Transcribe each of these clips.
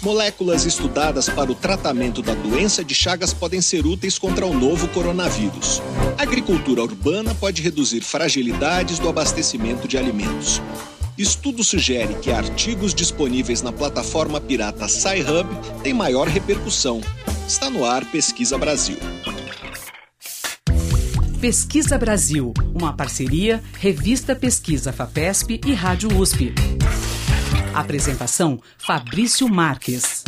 Moléculas estudadas para o tratamento da doença de Chagas podem ser úteis contra o novo coronavírus. A agricultura urbana pode reduzir fragilidades do abastecimento de alimentos. Estudo sugere que artigos disponíveis na plataforma pirata Sci-Hub têm maior repercussão. Está no ar Pesquisa Brasil. Pesquisa Brasil, uma parceria Revista Pesquisa FAPESP e Rádio USP. Apresentação, Fabrício Marques.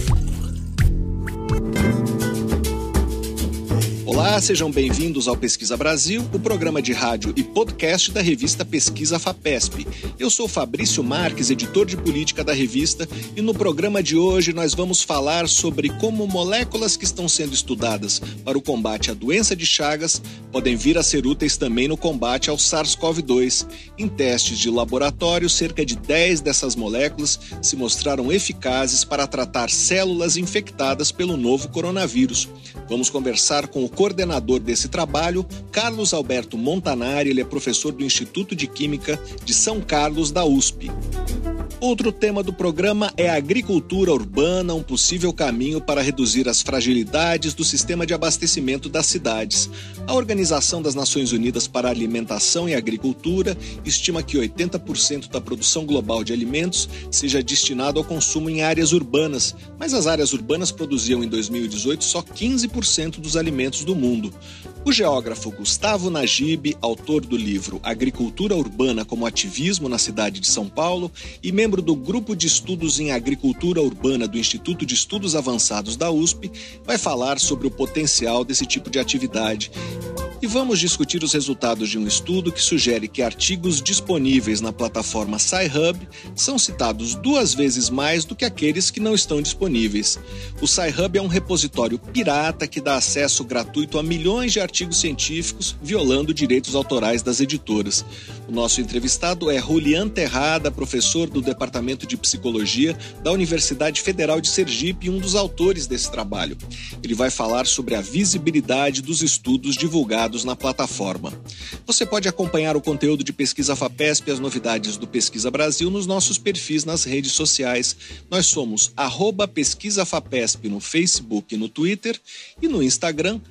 Olá, sejam bem-vindos ao Pesquisa Brasil, o programa de rádio e podcast da revista Pesquisa FAPESP. Eu sou Fabrício Marques, editor de política da revista, e no programa de hoje nós vamos falar sobre como moléculas que estão sendo estudadas para o combate à doença de Chagas podem vir a ser úteis também no combate ao SARS-CoV-2. Em testes de laboratório, cerca de 10 dessas moléculas se mostraram eficazes para tratar células infectadas pelo novo coronavírus. Vamos conversar com o coordenador desse trabalho, Carlos Alberto Montanari. Ele é professor do Instituto de Química de São Carlos, da USP. Outro tema do programa é a agricultura urbana, um possível caminho para reduzir as fragilidades do sistema de abastecimento das cidades. A Organização das Nações Unidas para a Alimentação e Agricultura estima que 80% da produção global de alimentos seja destinado ao consumo em áreas urbanas, mas as áreas urbanas produziam em 2018 só 15% dos alimentos do mundo. O geógrafo Gustavo Najib, autor do livro Agricultura Urbana como Ativismo na Cidade de São Paulo e membro do Grupo de Estudos em Agricultura Urbana do Instituto de Estudos Avançados da USP, vai falar sobre o potencial desse tipo de atividade. E vamos discutir os resultados de um estudo que sugere que artigos disponíveis na plataforma Sci-Hub são citados 2 vezes mais do que aqueles que não estão disponíveis. O Sci-Hub é um repositório pirata que dá acesso gratuito a milhões de artigos científicos, violando direitos autorais das editoras. O nosso entrevistado é Julián Terrada, professor do Departamento de Psicologia da Universidade Federal de Sergipe e um dos autores desse trabalho. Ele vai falar sobre a visibilidade dos estudos divulgados na plataforma. Você pode acompanhar o conteúdo de Pesquisa FAPESP e as novidades do Pesquisa Brasil nos nossos perfis nas redes sociais. Nós somos @pesquisafapesp no Facebook e no Twitter e no Instagram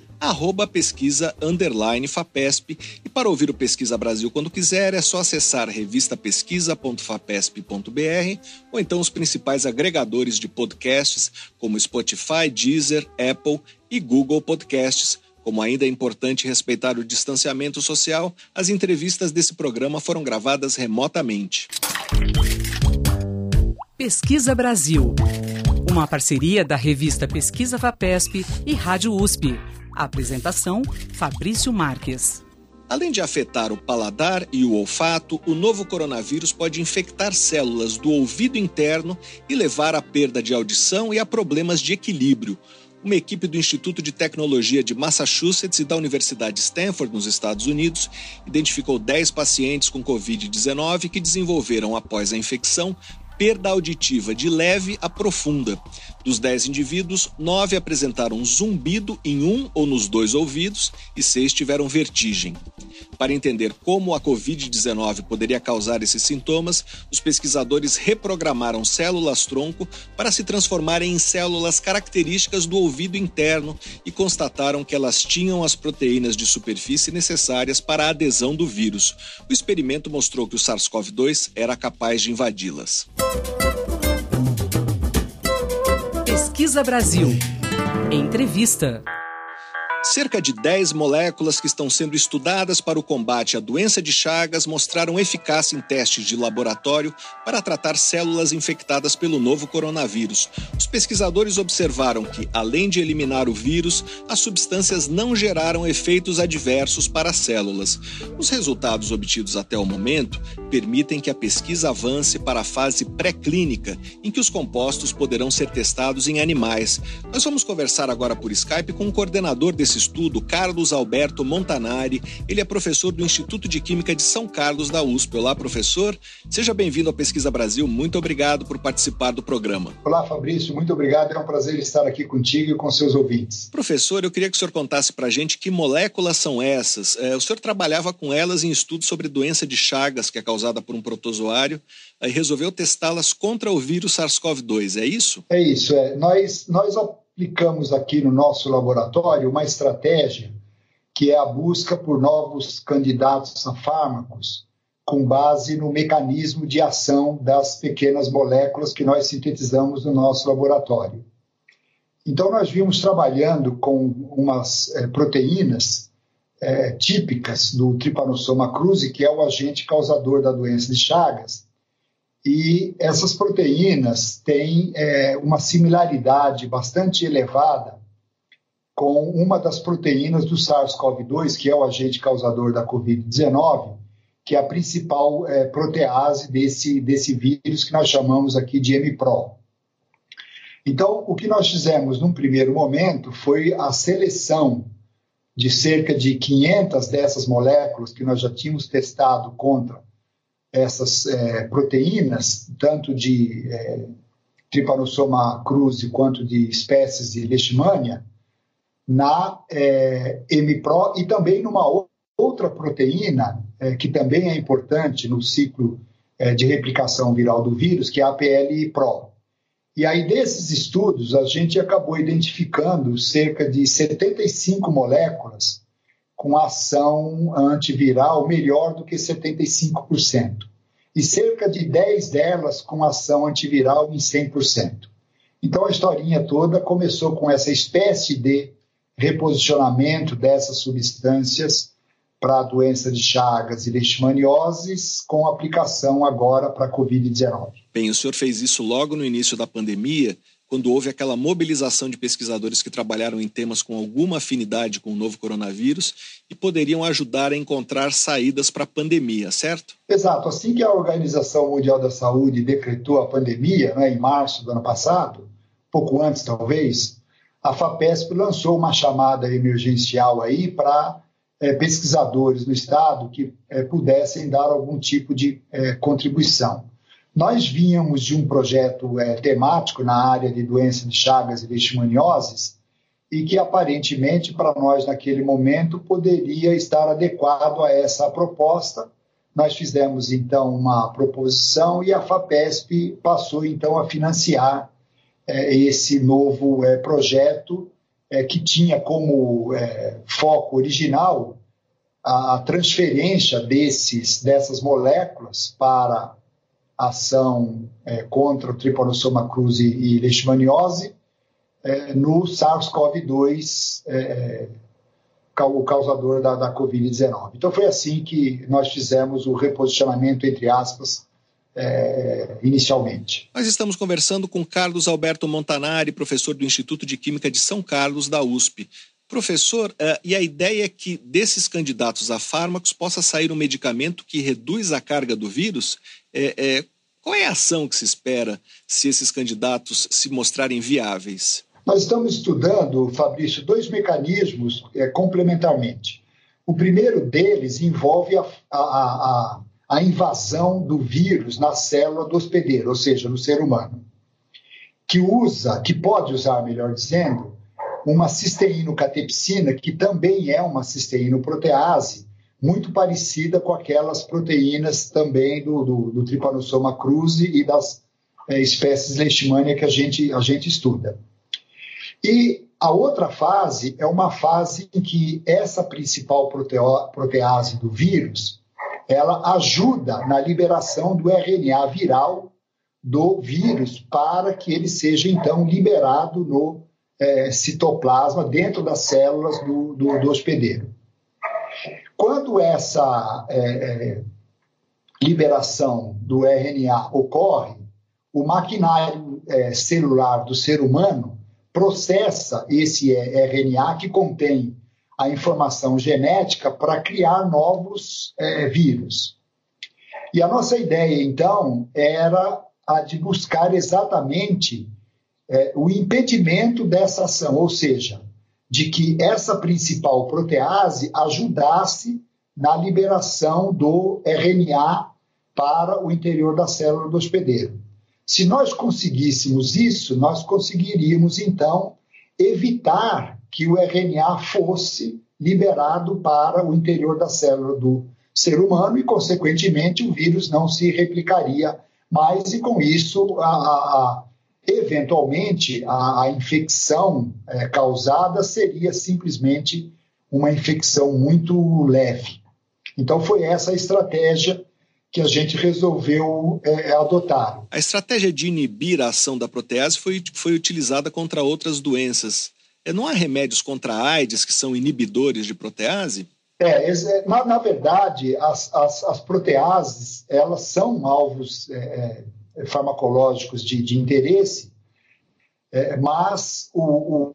@pesquisa_FAPESP. E para ouvir o Pesquisa Brasil quando quiser, é só acessar revistapesquisa.fapesp.br ou então os principais agregadores de podcasts como Spotify, Deezer, Apple e Google Podcasts. Como ainda é importante respeitar o distanciamento social, as entrevistas desse programa foram gravadas remotamente. Pesquisa Brasil, uma parceria da revista Pesquisa FAPESP e Rádio USP. Apresentação, Fabrício Marques. Além de afetar o paladar e o olfato, o novo coronavírus pode infectar células do ouvido interno e levar à perda de audição e a problemas de equilíbrio. Uma equipe do Instituto de Tecnologia de Massachusetts e da Universidade de Stanford, nos Estados Unidos, identificou 10 pacientes com Covid-19 que desenvolveram, após a infecção, perda auditiva de leve a profunda. Dos 10 indivíduos, 9 apresentaram zumbido em um ou nos 2 ouvidos e 6 tiveram vertigem. Para entender como a Covid-19 poderia causar esses sintomas, os pesquisadores reprogramaram células-tronco para se transformarem em células características do ouvido interno e constataram que elas tinham as proteínas de superfície necessárias para a adesão do vírus. O experimento mostrou que o SARS-CoV-2 era capaz de invadi-las. Pesquisa Brasil. Entrevista. Cerca de 10 moléculas que estão sendo estudadas para o combate à doença de Chagas mostraram eficácia em testes de laboratório para tratar células infectadas pelo novo coronavírus. Os pesquisadores observaram que, além de eliminar o vírus, as substâncias não geraram efeitos adversos para as células. Os resultados obtidos até o momento permitem que a pesquisa avance para a fase pré-clínica, em que os compostos poderão ser testados em animais. Nós vamos conversar agora por Skype com o coordenador desse estudo Carlos Alberto Montanari. Ele é professor do Instituto de Química de São Carlos da USP. Olá, professor. Seja bem-vindo ao Pesquisa Brasil. Muito obrigado por participar do programa. Olá, Fabrício. Muito obrigado. É um prazer estar aqui contigo e com seus ouvintes. Professor, eu queria que o senhor contasse para a gente que moléculas são essas. O senhor trabalhava com elas em estudos sobre doença de Chagas, que é causada por um protozoário, e resolveu testá-las contra o vírus SARS-CoV-2. É isso? É isso. Nós aplicamos aqui no nosso laboratório uma estratégia que é a busca por novos candidatos a fármacos com base no mecanismo de ação das pequenas moléculas que nós sintetizamos no nosso laboratório. Então, nós vimos trabalhando com umas proteínas típicas do Trypanosoma cruzi, que é o agente causador da doença de Chagas, e essas proteínas têm uma similaridade bastante elevada com uma das proteínas do SARS-CoV-2, que é o agente causador da Covid-19, que é a principal protease desse vírus que nós chamamos aqui de MPRO. Então, o que nós fizemos num primeiro momento foi a seleção de cerca de 500 dessas moléculas que nós já tínhamos testado contra essas proteínas, tanto de Trypanosoma cruzi quanto de espécies de Leishmania, na MPRO e também numa outra proteína que também é importante no ciclo de replicação viral do vírus, que é a PLI-PRO. E aí, desses estudos, a gente acabou identificando cerca de 75 moléculas com ação antiviral melhor do que 75%. E cerca de 10 delas com ação antiviral em 100%. Então, a historinha toda começou com essa espécie de reposicionamento dessas substâncias para a doença de Chagas e leishmanioses, com aplicação agora para a Covid-19. Bem, o senhor fez isso logo no início da pandemia, quando houve aquela mobilização de pesquisadores que trabalharam em temas com alguma afinidade com o novo coronavírus e poderiam ajudar a encontrar saídas para a pandemia, certo? Exato. Assim que a Organização Mundial da Saúde decretou a pandemia, em março do ano passado, pouco antes talvez, a FAPESP lançou uma chamada emergencial aí para pesquisadores no estado que pudessem dar algum tipo de contribuição. Nós vínhamos de um projeto temático na área de doença de Chagas e leishmanioses e que aparentemente para nós naquele momento poderia estar adequado a essa proposta. Nós fizemos então uma proposição e a FAPESP passou então a financiar esse novo projeto que tinha como foco original a transferência dessas moléculas para ação contra o Trypanosoma cruzi e leishmaniose no SARS-CoV-2, o causador da Covid-19. Então foi assim que nós fizemos o reposicionamento, entre aspas, inicialmente. Nós estamos conversando com Carlos Alberto Montanari, professor do Instituto de Química de São Carlos da USP. Professor, e a ideia é que desses candidatos a fármacos possa sair um medicamento que reduz a carga do vírus? Qual é a ação que se espera se esses candidatos se mostrarem viáveis? Nós estamos estudando, Fabrício, dois mecanismos complementarmente. O primeiro deles envolve a invasão do vírus na célula do hospedeiro, ou seja, no ser humano, que pode usar, melhor dizendo, uma cisteínocatepsina, que também é uma cisteínoprotease, muito parecida com aquelas proteínas também do Trypanosoma cruzi e das espécies Leishmania que a gente estuda. E a outra fase é uma fase em que essa principal protease do vírus, ela ajuda na liberação do RNA viral do vírus para que ele seja, então, liberado no citoplasma, dentro das células do hospedeiro. Quando essa liberação do RNA ocorre, o maquinário celular do ser humano processa esse RNA que contém a informação genética para criar novos vírus. E a nossa ideia, então, era a de buscar exatamente o impedimento dessa ação, ou seja, de que essa principal protease ajudasse na liberação do RNA para o interior da célula do hospedeiro. Se nós conseguíssemos isso, nós conseguiríamos, então, evitar que o RNA fosse liberado para o interior da célula do ser humano e, consequentemente, o vírus não se replicaria mais e, com isso, eventualmente, a infecção causada seria simplesmente uma infecção muito leve. Então, foi essa a estratégia que a gente resolveu adotar. A estratégia de inibir a ação da protease foi utilizada contra outras doenças. Não há remédios contra a AIDS que são inibidores de protease? Na verdade, as proteases, elas são alvos farmacológicos de interesse, mas o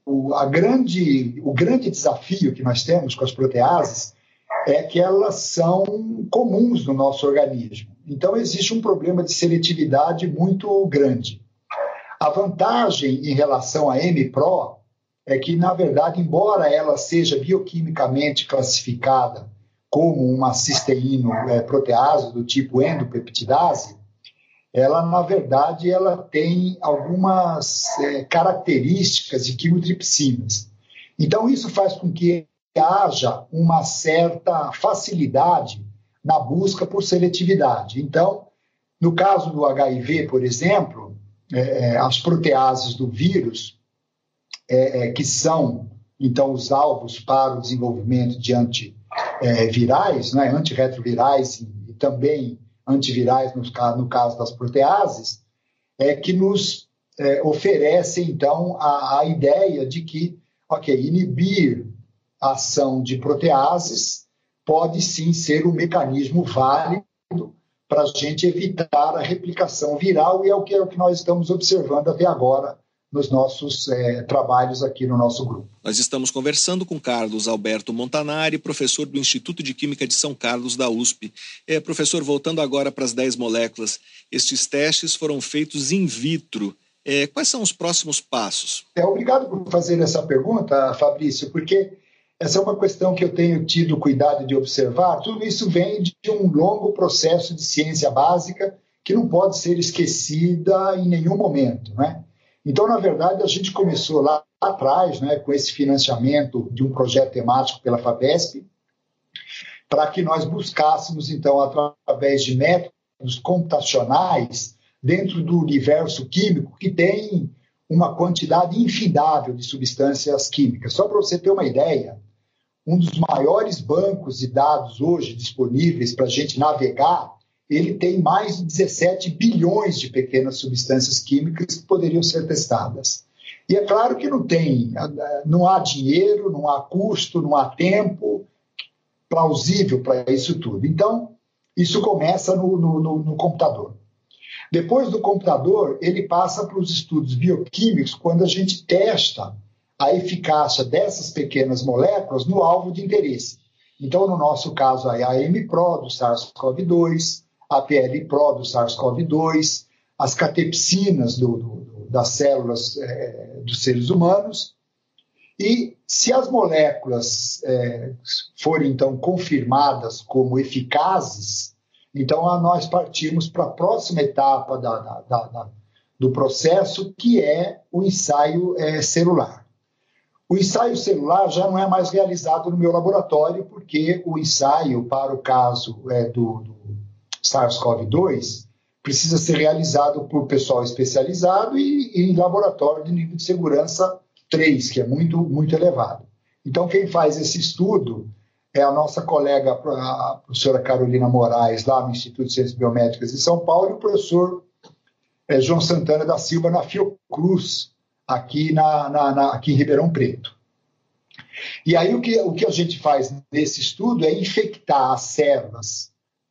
grande desafio que nós temos com as proteases é que elas são comuns no nosso organismo. Então, existe um problema de seletividade muito grande. A vantagem em relação à MPRO é que, na verdade, embora ela seja bioquimicamente classificada como uma cisteíno-protease do tipo endopeptidase, ela, na verdade, ela tem algumas características de quimotripsinas. Então, isso faz com que haja uma certa facilidade na busca por seletividade. Então, no caso do HIV, por exemplo, as proteases do vírus, que são, então, os alvos para o desenvolvimento de antivirais, né, antirretrovirais e também antivirais no caso das proteases, que nos oferecem, então, a ideia de que, inibir a ação de proteases pode sim ser um mecanismo válido para a gente evitar a replicação viral, e é o que nós estamos observando até agora nos nossos trabalhos aqui no nosso grupo. Nós estamos conversando com Carlos Alberto Montanari, professor do Instituto de Química de São Carlos, da USP. Professor, voltando agora para as 10 moléculas, estes testes foram feitos in vitro. Quais são os próximos passos? Obrigado por fazer essa pergunta, Fabrício, porque essa é uma questão que eu tenho tido cuidado de observar. Tudo isso vem de um longo processo de ciência básica que não pode ser esquecida em nenhum momento, né? Então, na verdade, a gente começou lá atrás, né, com esse financiamento de um projeto temático pela FAPESP, para que nós buscássemos, então, através de métodos computacionais, dentro do universo químico, que tem uma quantidade infindável de substâncias químicas. Só para você ter uma ideia, um dos maiores bancos de dados hoje disponíveis para a gente navegar, ele tem mais de 17 bilhões de pequenas substâncias químicas que poderiam ser testadas. E é claro que não há dinheiro, não há custo, não há tempo plausível para isso tudo. Então, isso começa no computador. Depois do computador, ele passa para os estudos bioquímicos, quando a gente testa a eficácia dessas pequenas moléculas no alvo de interesse. Então, no nosso caso, a MPRO do SARS-CoV-2, a PLPRO do SARS-CoV-2, as catepsinas das células dos seres humanos. E se as moléculas forem, então, confirmadas como eficazes, então nós partimos para a próxima etapa do processo, que é o ensaio celular. O ensaio celular já não é mais realizado no meu laboratório, porque o ensaio para o caso do SARS-CoV-2 precisa ser realizado por pessoal especializado e em laboratório de nível de segurança 3, que é muito, muito elevado. Então, quem faz esse estudo é a nossa colega, a professora Carolina Moraes, lá no Instituto de Ciências Biomédicas de São Paulo, e o professor João Santana da Silva, na Fiocruz, aqui em Ribeirão Preto. E aí, o que a gente faz nesse estudo é infectar as células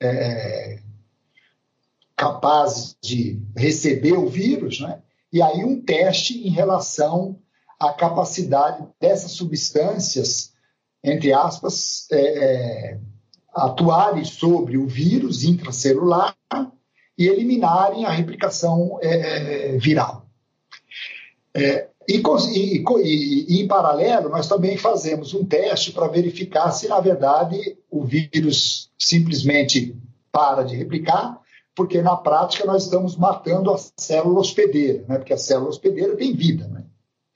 capazes de receber o vírus, né? E aí um teste em relação à capacidade dessas substâncias, entre aspas, atuarem sobre o vírus intracelular e eliminarem a replicação viral. E, em paralelo, nós também fazemos um teste para verificar se, na verdade, o vírus simplesmente para de replicar, porque, na prática, nós estamos matando a célula hospedeira, né? Porque a célula hospedeira tem vida, né?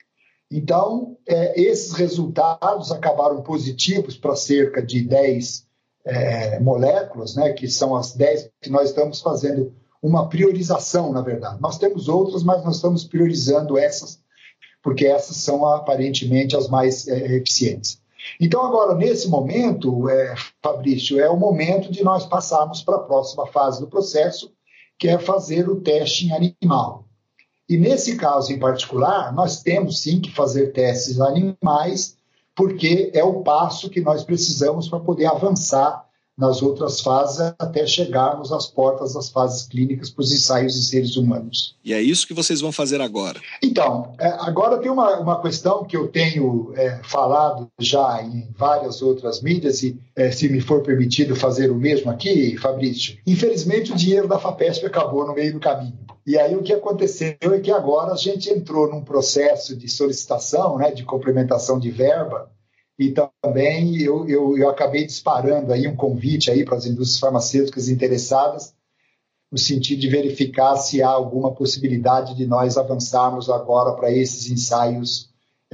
Então, esses resultados acabaram positivos para cerca de 10 moléculas, né? Que são as 10 que nós estamos fazendo uma priorização, na verdade. Nós temos outras, mas nós estamos priorizando essas, porque essas são aparentemente as mais eficientes. Então, agora, nesse momento, Fabrício, é o momento de nós passarmos para a próxima fase do processo, que é fazer o teste em animal. E nesse caso em particular, nós temos sim que fazer testes animais, porque é o passo que nós precisamos para poder avançar nas outras fases até chegarmos às portas das fases clínicas para os ensaios em seres humanos. E é isso que vocês vão fazer agora? Então, agora tem uma questão que eu tenho falado já em várias outras mídias, e se me for permitido fazer o mesmo aqui, Fabrício, infelizmente o dinheiro da FAPESP acabou no meio do caminho. E aí o que aconteceu é que agora a gente entrou num processo de solicitação, né, de complementação de verba, e também eu acabei disparando aí um convite aí para as indústrias farmacêuticas interessadas, no sentido de verificar se há alguma possibilidade de nós avançarmos agora para esses ensaios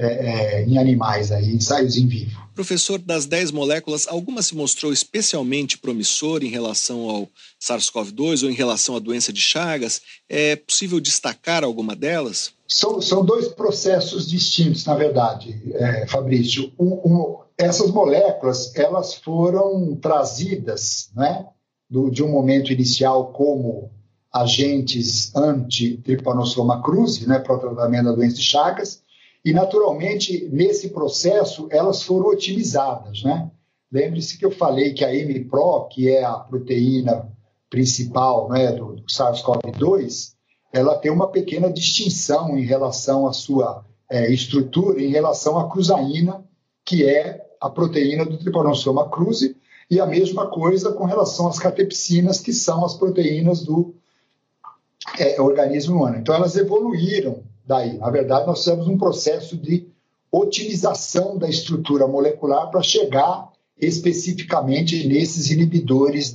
em animais, aí, ensaios em vivo. Professor, das 10 moléculas, alguma se mostrou especialmente promissora em relação ao SARS-CoV-2 ou em relação à doença de Chagas? É possível destacar alguma delas? São dois processos distintos, na verdade, Fabrício. Essas moléculas, elas foram trazidas, né, de um momento inicial como agentes anti-Trypanosoma cruzi, né, para o tratamento da doença de Chagas, e, naturalmente, nesse processo, elas foram otimizadas, né? Lembre-se que eu falei que a MPRO, que é a proteína principal, né, do SARS-CoV-2, ela tem uma pequena distinção em relação à sua estrutura, em relação à cruzaína, que é a proteína do Trypanosoma cruzi, e a mesma coisa com relação às catepsinas, que são as proteínas do organismo humano. Então, elas evoluíram daí. Na verdade, nós temos um processo de otimização da estrutura molecular para chegar especificamente nesses inibidores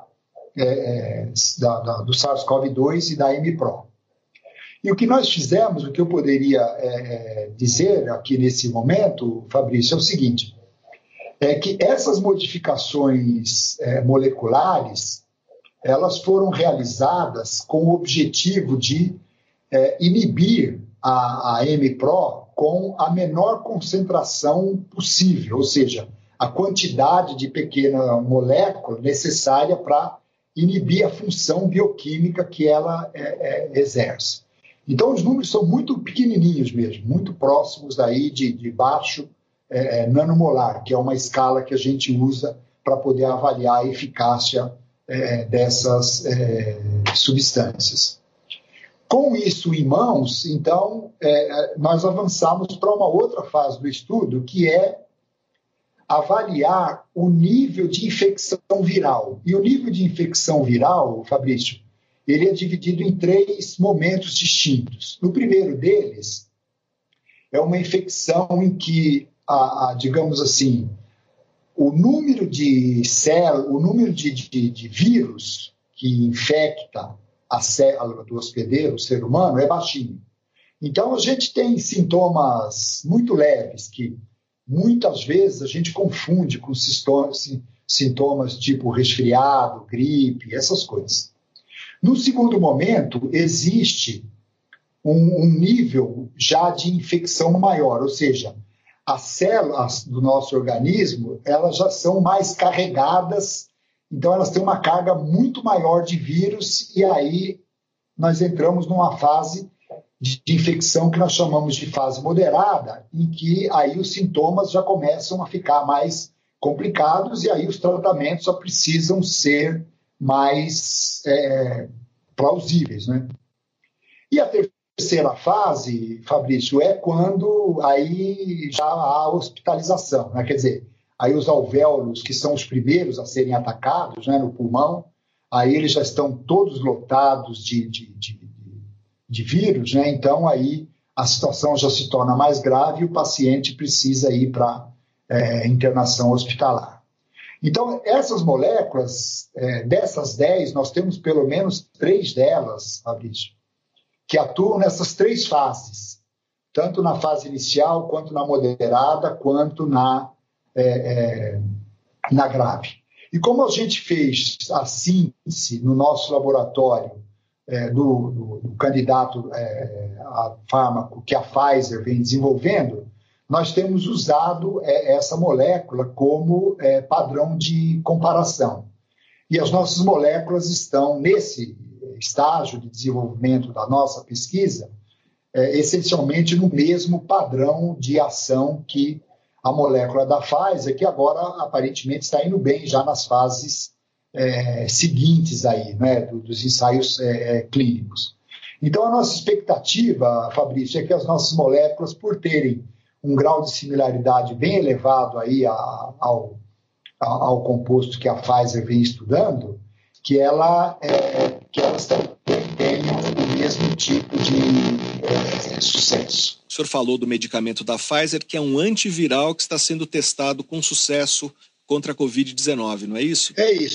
do SARS-CoV-2 e da MPRO. E o que nós fizemos, o que eu poderia dizer aqui nesse momento, Fabrício, é o seguinte, é que essas modificações moleculares, elas foram realizadas com o objetivo de inibir a MPRO com a menor concentração possível, ou seja, a quantidade de pequena molécula necessária para inibir a função bioquímica que ela exerce. Então, os números são muito pequenininhos mesmo, muito próximos aí de baixo nanomolar, que é uma escala que a gente usa para poder avaliar a eficácia dessas substâncias. Com isso em mãos, então, nós avançamos para uma outra fase do estudo, que é avaliar o nível de infecção viral. E o nível de infecção viral, Fabrício, ele é dividido em 3 momentos distintos. No primeiro deles, é uma infecção em que, digamos assim, o número de vírus que infecta a célula do hospedeiro, o ser humano, é baixinho. Então, a gente tem sintomas muito leves, que muitas vezes a gente confunde com sintomas tipo resfriado, gripe, essas coisas. No segundo momento, existe um nível já de infecção maior, ou seja, as células do nosso organismo, elas já são mais carregadas, então elas têm uma carga muito maior de vírus, e aí nós entramos numa fase de infecção que nós chamamos de fase moderada, em que aí os sintomas já começam a ficar mais complicados, e aí os tratamentos só precisam ser mais plausíveis, né? E a terceira fase, Fabrício, é quando aí já há hospitalização, né? Quer dizer, aí os alvéolos, que são os primeiros a serem atacados, né, no pulmão, aí eles já estão todos lotados de vírus, né? Então aí a situação já se torna mais grave e o paciente precisa ir para internação hospitalar. Então, essas moléculas, dessas 10, nós temos pelo menos 3 delas, Fabrício, que atuam nessas 3 fases, tanto na fase inicial, quanto na moderada, quanto na grave. E como a gente fez a síntese no nosso laboratório do candidato a fármaco que a Pfizer vem desenvolvendo, nós temos usado essa molécula como padrão de comparação. E as nossas moléculas estão nesse estágio de desenvolvimento da nossa pesquisa, essencialmente no mesmo padrão de ação que a molécula da Pfizer, que agora aparentemente está indo bem já nas fases seguintes aí, né, dos ensaios clínicos. Então, a nossa expectativa, Fabrício, é que as nossas moléculas, por terem um grau de similaridade bem elevado aí ao composto que a Pfizer vem estudando, que elas também tenham o mesmo tipo de sucesso. O senhor falou do medicamento da Pfizer, que é um antiviral que está sendo testado com sucesso contra a Covid-19, não é isso? É isso.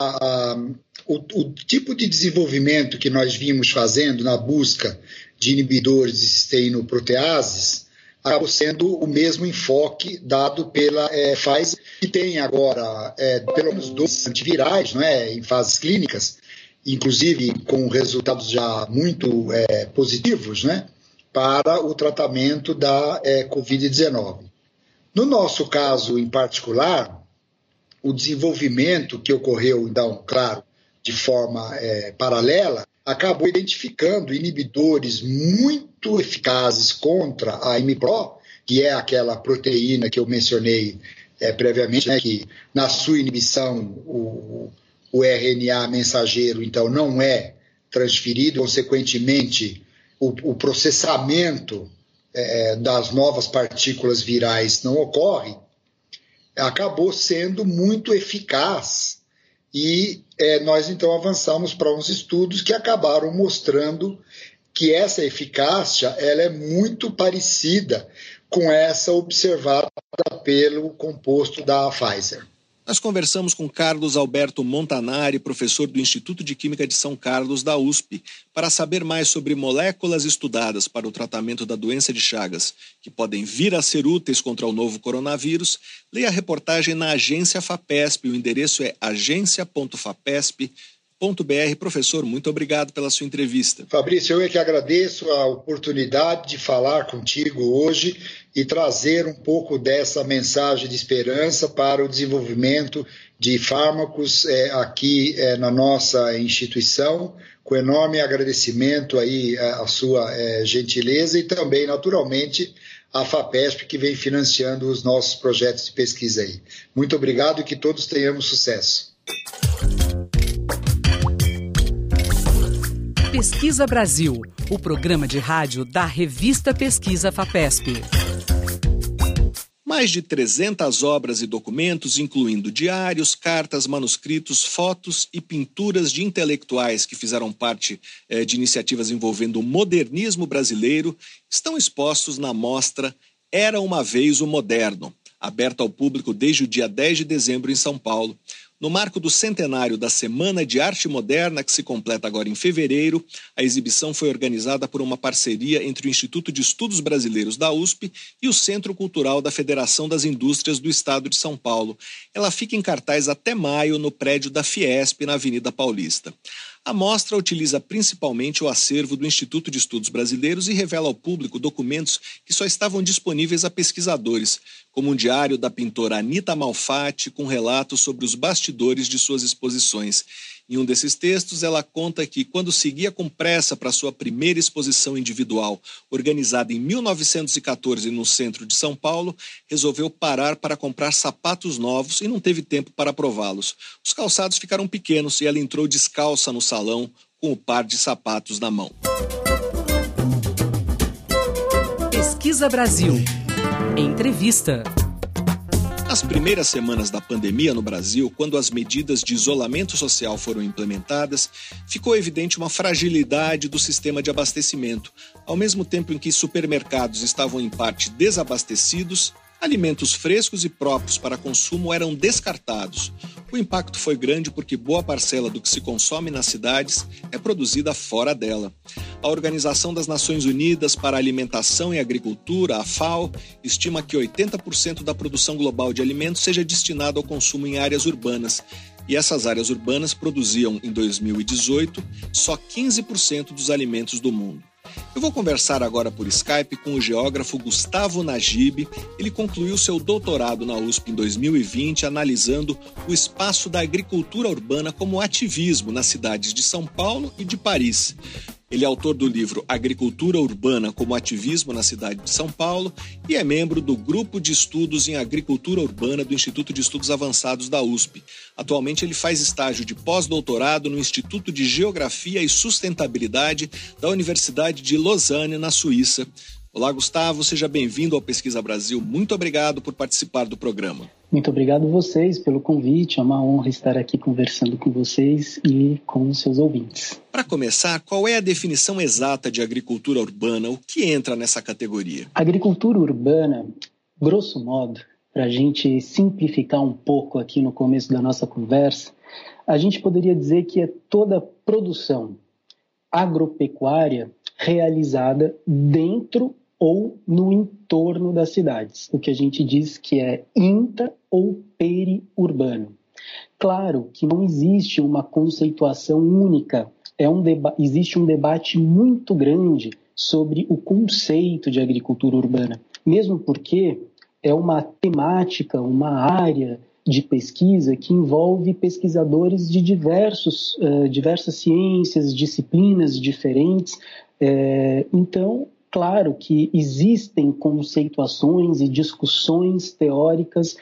O tipo de desenvolvimento que nós vimos fazendo na busca de inibidores de cisteínoproteases acabou sendo o mesmo enfoque dado pela Pfizer, que tem agora pelo menos 2 antivirais, não é, em fases clínicas, inclusive com resultados já muito positivos, né, para o tratamento da Covid-19. No nosso caso em particular, o desenvolvimento que ocorreu, então, claro, de forma paralela, acabou identificando inibidores muito eficazes contra a IMIPRO, que é aquela proteína que eu mencionei previamente, né, que na sua inibição o RNA mensageiro, então, não é transferido, consequentemente, o processamento das novas partículas virais não ocorre, acabou sendo muito eficaz. E nós, então, avançamos para uns estudos que acabaram mostrando que essa eficácia ela é muito parecida com essa observada pelo composto da Pfizer. Nós conversamos com Carlos Alberto Montanari, professor do Instituto de Química de São Carlos, da USP, para saber mais sobre moléculas estudadas para o tratamento da doença de Chagas, que podem vir a ser úteis contra o novo coronavírus. Leia a reportagem na Agência FAPESP, o endereço é agencia.fapesp.br. Professor, muito obrigado pela sua entrevista. Fabrício, eu é que agradeço a oportunidade de falar contigo hoje e trazer um pouco dessa mensagem de esperança para o desenvolvimento de fármacos aqui na nossa instituição, com enorme agradecimento aí à sua gentileza e também, naturalmente, à FAPESP, que vem financiando os nossos projetos de pesquisa aí. Muito obrigado e que todos tenhamos sucesso. Pesquisa Brasil, o programa de rádio da revista Pesquisa FAPESP. Mais de 300 obras e documentos, incluindo diários, cartas, manuscritos, fotos e pinturas de intelectuais que fizeram parte de iniciativas envolvendo o modernismo brasileiro, estão expostos na mostra Era uma Vez o Moderno, aberta ao público desde o dia 10 de dezembro em São Paulo. No marco do centenário da Semana de Arte Moderna, que se completa agora em fevereiro, a exibição foi organizada por uma parceria entre o Instituto de Estudos Brasileiros da USP e o Centro Cultural da Federação das Indústrias do Estado de São Paulo. Ela fica em cartaz até maio no prédio da Fiesp, na Avenida Paulista. A mostra utiliza principalmente o acervo do Instituto de Estudos Brasileiros e revela ao público documentos que só estavam disponíveis a pesquisadores, como um diário da pintora Anita Malfatti com relatos sobre os bastidores de suas exposições. Em um desses textos, ela conta que, quando seguia com pressa para sua primeira exposição individual, organizada em 1914 no centro de São Paulo, resolveu parar para comprar sapatos novos e não teve tempo para prová-los. Os calçados ficaram pequenos e ela entrou descalça no salão com o par de sapatos na mão. Pesquisa Brasil. Entrevista. Nas primeiras semanas da pandemia no Brasil, quando as medidas de isolamento social foram implementadas, ficou evidente uma fragilidade do sistema de abastecimento. Ao mesmo tempo em que supermercados estavam em parte desabastecidos, alimentos frescos e próprios para consumo eram descartados. O impacto foi grande porque boa parcela do que se consome nas cidades é produzida fora dela. A Organização das Nações Unidas para a Alimentação e Agricultura, a FAO, estima que 80% da produção global de alimentos seja destinada ao consumo em áreas urbanas. E essas áreas urbanas produziam, em 2018, só 15% dos alimentos do mundo. Eu vou conversar agora por Skype com o geógrafo Gustavo Najib. Ele concluiu seu doutorado na USP em 2020, analisando o espaço da agricultura urbana como ativismo nas cidades de São Paulo e de Paris. Ele é autor do livro Agricultura Urbana como Ativismo na Cidade de São Paulo e é membro do Grupo de Estudos em Agricultura Urbana do Instituto de Estudos Avançados da USP. Atualmente ele faz estágio de pós-doutorado no Instituto de Geografia e Sustentabilidade da Universidade de Lausanne, na Suíça. Olá, Gustavo, seja bem-vindo ao Pesquisa Brasil. Muito obrigado por participar do programa. Muito obrigado a vocês pelo convite. É uma honra estar aqui conversando com vocês e com os seus ouvintes. Para começar, qual é a definição exata de agricultura urbana? O que entra nessa categoria? Agricultura urbana, grosso modo, para a gente simplificar um pouco aqui no começo da nossa conversa, a gente poderia dizer que é toda produção agropecuária realizada dentro ou no entorno das cidades, o que a gente diz que é intra- ou periurbano. Claro que não existe uma conceituação única, existe um debate muito grande sobre o conceito de agricultura urbana, mesmo porque é uma temática, uma área de pesquisa que envolve pesquisadores de diversas ciências, disciplinas diferentes. Então, claro que existem conceituações e discussões teóricas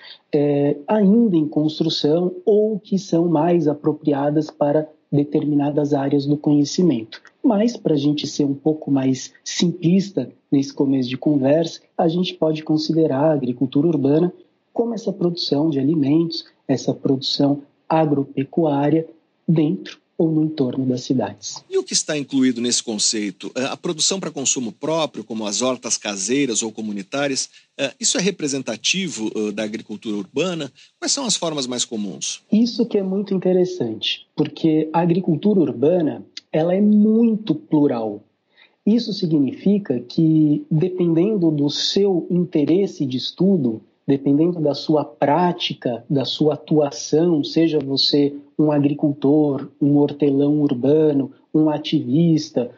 ainda em construção ou que são mais apropriadas para determinadas áreas do conhecimento. Mas, para a gente ser um pouco mais simplista nesse começo de conversa, a gente pode considerar a agricultura urbana como essa produção de alimentos, essa produção agropecuária dentro ou no entorno das cidades. E o que está incluído nesse conceito? A produção para consumo próprio, como as hortas caseiras ou comunitárias, isso é representativo da agricultura urbana? Quais são as formas mais comuns? Isso que é muito interessante, porque a agricultura urbana ela é muito plural. Isso significa que, dependendo do seu interesse de estudo, dependendo da sua prática, da sua atuação, seja você um agricultor, um hortelão urbano, um ativista,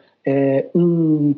um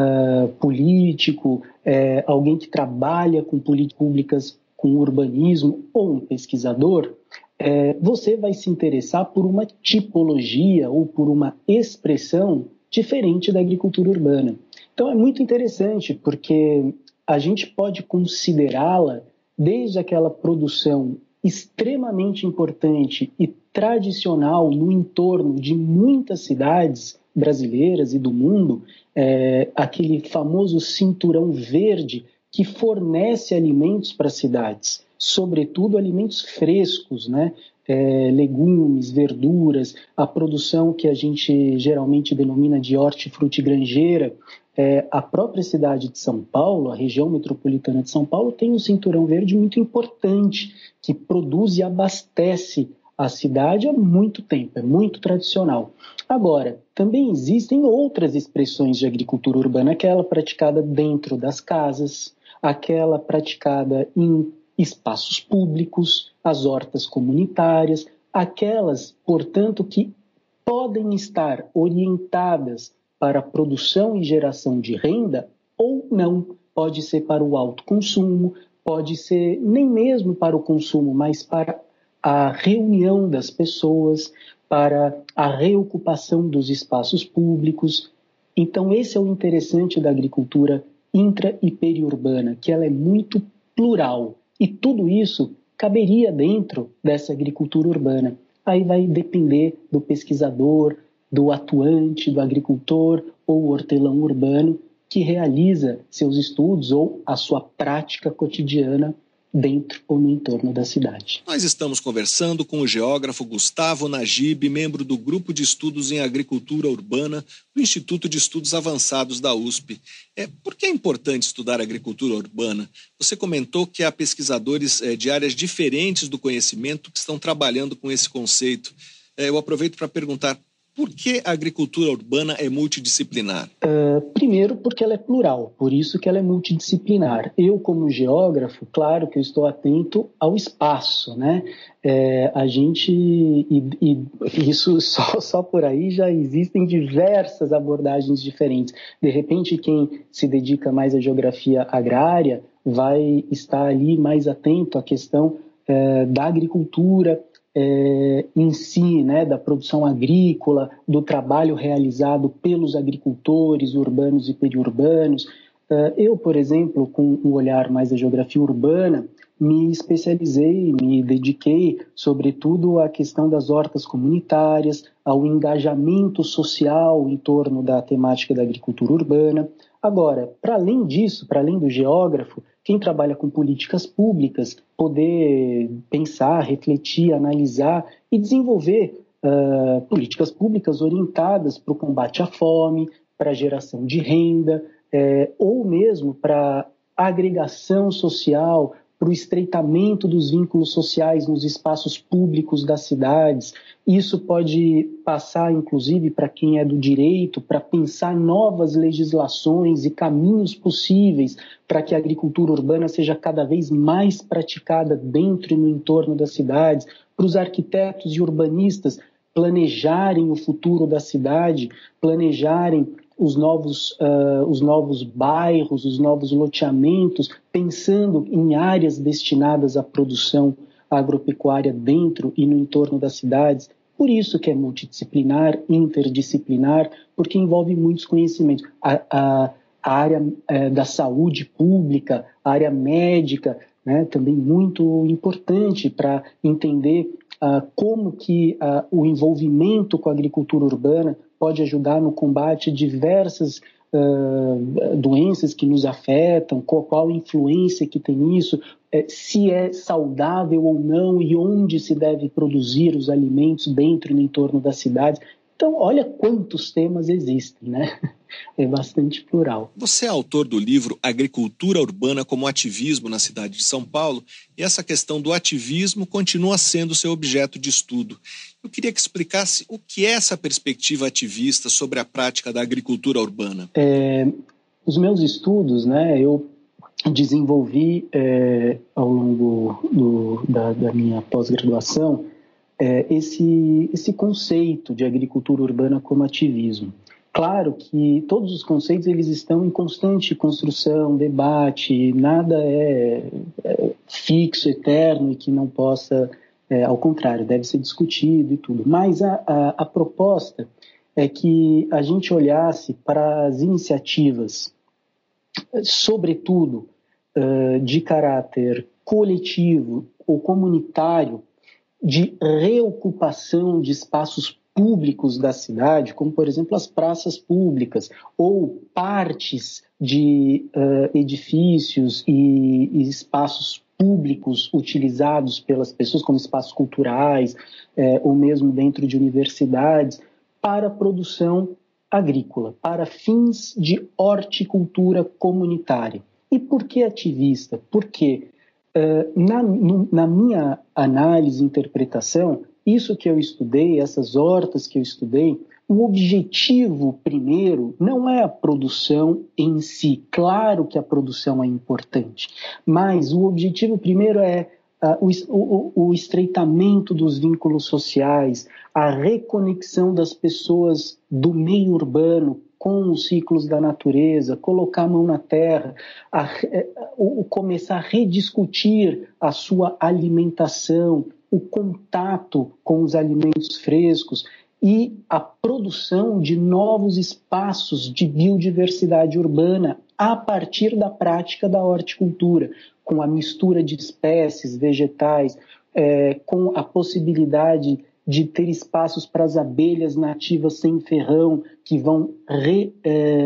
político, alguém que trabalha com políticas públicas, com urbanismo, ou um pesquisador, você vai se interessar por uma tipologia ou por uma expressão diferente da agricultura urbana. Então é muito interessante, porque a gente pode considerá-la desde aquela produção extremamente importante e tradicional no entorno de muitas cidades brasileiras e do mundo, aquele famoso cinturão verde que fornece alimentos para as cidades, sobretudo alimentos frescos, né? Legumes, verduras, a produção que a gente geralmente denomina de hortifrutigranjeira. A própria cidade de São Paulo, a região metropolitana de São Paulo, tem um cinturão verde muito importante, que produz e abastece a cidade há muito tempo, é muito tradicional. Agora, também existem outras expressões de agricultura urbana, aquela praticada dentro das casas, aquela praticada em espaços públicos, as hortas comunitárias, aquelas, portanto, que podem estar orientadas para a produção e geração de renda ou não. Pode ser para o autoconsumo, pode ser nem mesmo para o consumo, mas para a reunião das pessoas, para a reocupação dos espaços públicos. Então, esse é o interessante da agricultura intra- e periurbana, que ela é muito plural. E tudo isso caberia dentro dessa agricultura urbana. Aí vai depender do pesquisador, do atuante, do agricultor ou hortelão urbano que realiza seus estudos ou a sua prática cotidiana dentro ou no entorno da cidade. Nós estamos conversando com o geógrafo Gustavo Najib, membro do Grupo de Estudos em Agricultura Urbana do Instituto de Estudos Avançados da USP. Por que é importante estudar agricultura urbana? Você comentou que há pesquisadores de áreas diferentes do conhecimento que estão trabalhando com esse conceito. Eu aproveito para perguntar: por que a agricultura urbana é multidisciplinar? Primeiro, porque ela é plural, por isso que ela é multidisciplinar. Eu, como geógrafo, claro que eu estou atento ao espaço, né? Isso só por aí já existem diversas abordagens diferentes. De repente, quem se dedica mais à geografia agrária vai estar ali mais atento à questão da agricultura em si, né, da produção agrícola, do trabalho realizado pelos agricultores urbanos e periurbanos. Eu, por exemplo, com um olhar mais da geografia urbana, me especializei, me dediquei, sobretudo, à questão das hortas comunitárias, ao engajamento social em torno da temática da agricultura urbana. Agora, para além disso, para além do geógrafo, quem trabalha com políticas públicas, poder pensar, refletir, analisar e desenvolver políticas públicas orientadas para o combate à fome, para a geração de renda, ou mesmo para a agregação social, para o estreitamento dos vínculos sociais nos espaços públicos das cidades. Isso pode passar, inclusive, para quem é do direito, para pensar novas legislações e caminhos possíveis para que a agricultura urbana seja cada vez mais praticada dentro e no entorno das cidades, para os arquitetos e urbanistas planejarem o futuro da cidade, planejarem os novos bairros, os novos loteamentos, pensando em áreas destinadas à produção agropecuária dentro e no entorno das cidades. Por isso que é multidisciplinar, interdisciplinar, porque envolve muitos conhecimentos. A área da saúde pública, a área médica, né, também muito importante para entender como que o envolvimento com a agricultura urbana pode ajudar no combate a diversas doenças que nos afetam, qual influência que tem isso, se é saudável ou não e onde se deve produzir os alimentos dentro e no entorno das cidades. Então, olha quantos temas existem, né? É bastante plural. Você é autor do livro Agricultura Urbana como Ativismo na cidade de São Paulo, e essa questão do ativismo continua sendo seu objeto de estudo. Eu queria que explicasse o que é essa perspectiva ativista sobre a prática da agricultura urbana. Os meus estudos, né, eu desenvolvi ao longo da minha pós-graduação esse conceito de agricultura urbana como ativismo. Claro que todos os conceitos eles estão em constante construção, debate, nada é fixo, eterno e que não possa, ao contrário, deve ser discutido e tudo. Mas a proposta é que a gente olhasse para as iniciativas, sobretudo de caráter coletivo ou comunitário, de reocupação de espaços públicos da cidade, como, por exemplo, as praças públicas ou partes de edifícios e espaços públicos utilizados pelas pessoas, como espaços culturais ou mesmo dentro de universidades, para produção agrícola, para fins de horticultura comunitária. E por que ativista? Porque na minha análise e interpretação, isso que eu estudei, essas hortas que eu estudei, o objetivo primeiro não é a produção em si. Claro que a produção é importante, mas o objetivo primeiro é o estreitamento dos vínculos sociais, a reconexão das pessoas do meio urbano com os ciclos da natureza, colocar a mão na terra, começar a rediscutir a sua alimentação, o contato com os alimentos frescos e a produção de novos espaços de biodiversidade urbana a partir da prática da horticultura, com a mistura de espécies vegetais, com a possibilidade de ter espaços para as abelhas nativas sem ferrão, que vão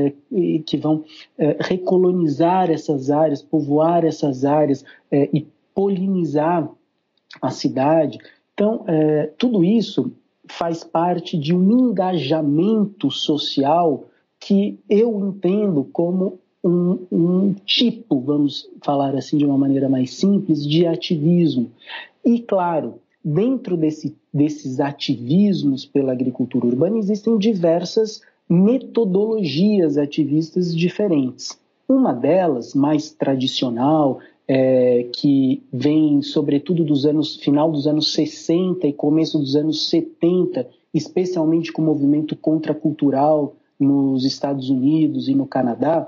recolonizar essas áreas, povoar essas áreas e polinizar a cidade. Então, tudo isso faz parte de um engajamento social que eu entendo como um tipo, vamos falar assim de uma maneira mais simples, de ativismo. E, claro, dentro desses ativismos pela agricultura urbana existem diversas metodologias ativistas diferentes. Uma delas, mais tradicional, que vem sobretudo final dos anos 60 e começo dos anos 70, especialmente com o movimento contracultural nos Estados Unidos e no Canadá,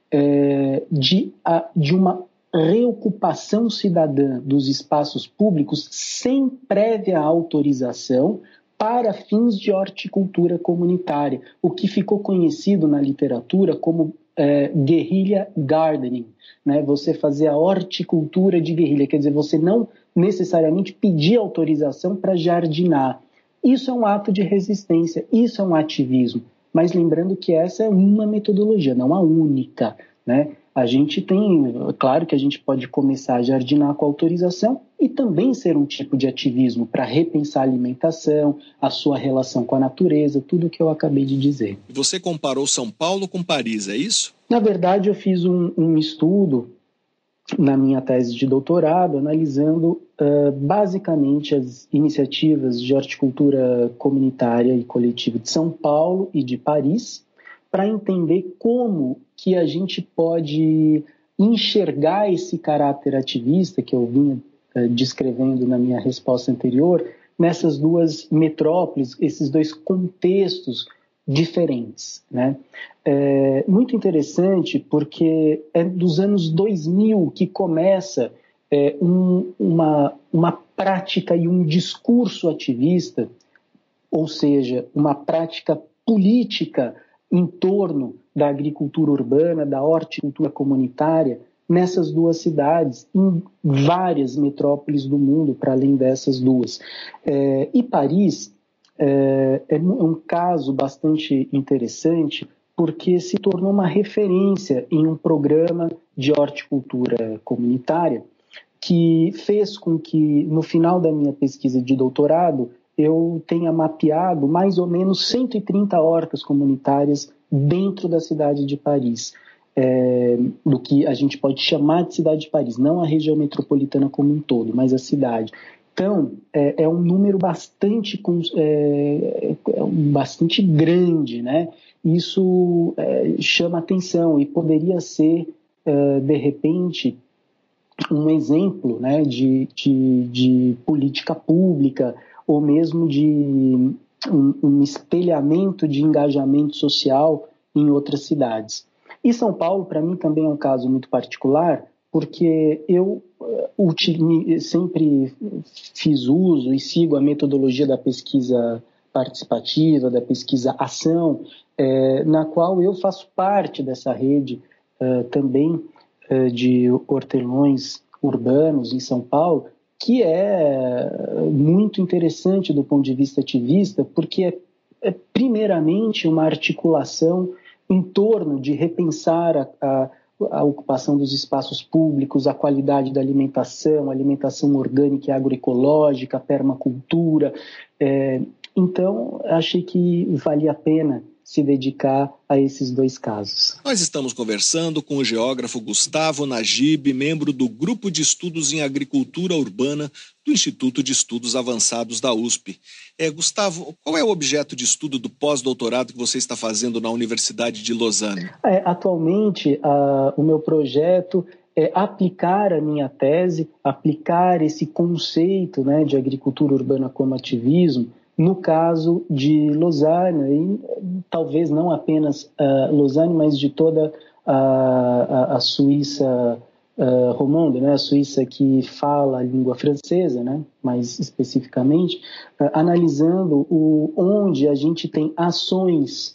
de uma reocupação cidadã dos espaços públicos sem prévia autorização para fins de horticultura comunitária, o que ficou conhecido na literatura como guerrilha gardening, né? Você fazer a horticultura de guerrilha, quer dizer, você não necessariamente pedir autorização para jardinar. Isso é um ato de resistência, isso é um ativismo, mas lembrando que essa é uma metodologia, não a única, né? A gente tem, claro que a gente pode começar a jardinar com autorização e também ser um tipo de ativismo para repensar a alimentação, a sua relação com a natureza, tudo o que eu acabei de dizer. Você comparou São Paulo com Paris, é isso? Na verdade, eu fiz um estudo na minha tese de doutorado analisando basicamente as iniciativas de horticultura comunitária e coletiva de São Paulo e de Paris, para entender como que a gente pode enxergar esse caráter ativista que eu vinha descrevendo na minha resposta anterior, nessas duas metrópoles, esses dois contextos diferentes, né? É muito interessante porque é dos anos 2000 que começa uma prática e um discurso ativista, ou seja, uma prática política em torno da agricultura urbana, da horticultura comunitária, nessas duas cidades, em várias metrópoles do mundo, para além dessas duas. E Paris é um caso bastante interessante, porque se tornou uma referência em um programa de horticultura comunitária que fez com que, no final da minha pesquisa de doutorado, eu tenha mapeado mais ou menos 130 hortas comunitárias dentro da cidade de Paris, do que a gente pode chamar de cidade de Paris, não a região metropolitana como um todo, mas a cidade. Então, é um número bastante grande, né? Isso chama atenção e poderia ser, de repente, um exemplo, né, de política pública ou mesmo de um espelhamento de engajamento social em outras cidades. E São Paulo, para mim, também é um caso muito particular, porque eu sempre fiz uso e sigo a metodologia da pesquisa participativa, da pesquisa ação, na qual eu faço parte dessa rede também de hortelões urbanos em São Paulo, que é muito interessante do ponto de vista ativista, porque é primeiramente uma articulação em torno de repensar a ocupação dos espaços públicos, a qualidade da alimentação, alimentação orgânica e agroecológica, a permacultura. Então, achei que valia a pena se dedicar a esses dois casos. Nós estamos conversando com o geógrafo Gustavo Najib, membro do Grupo de Estudos em Agricultura Urbana do Instituto de Estudos Avançados da USP. Gustavo, qual é o objeto de estudo do pós-doutorado que você está fazendo na Universidade de Lausanne? Atualmente, o meu projeto é aplicar a minha tese, aplicar esse conceito, né, de agricultura urbana como ativismo, no caso de Lausanne, e talvez não apenas Lausanne, mas de toda a Suíça romanda, né, a Suíça que fala a língua francesa, né, mais especificamente, analisando onde a gente tem ações,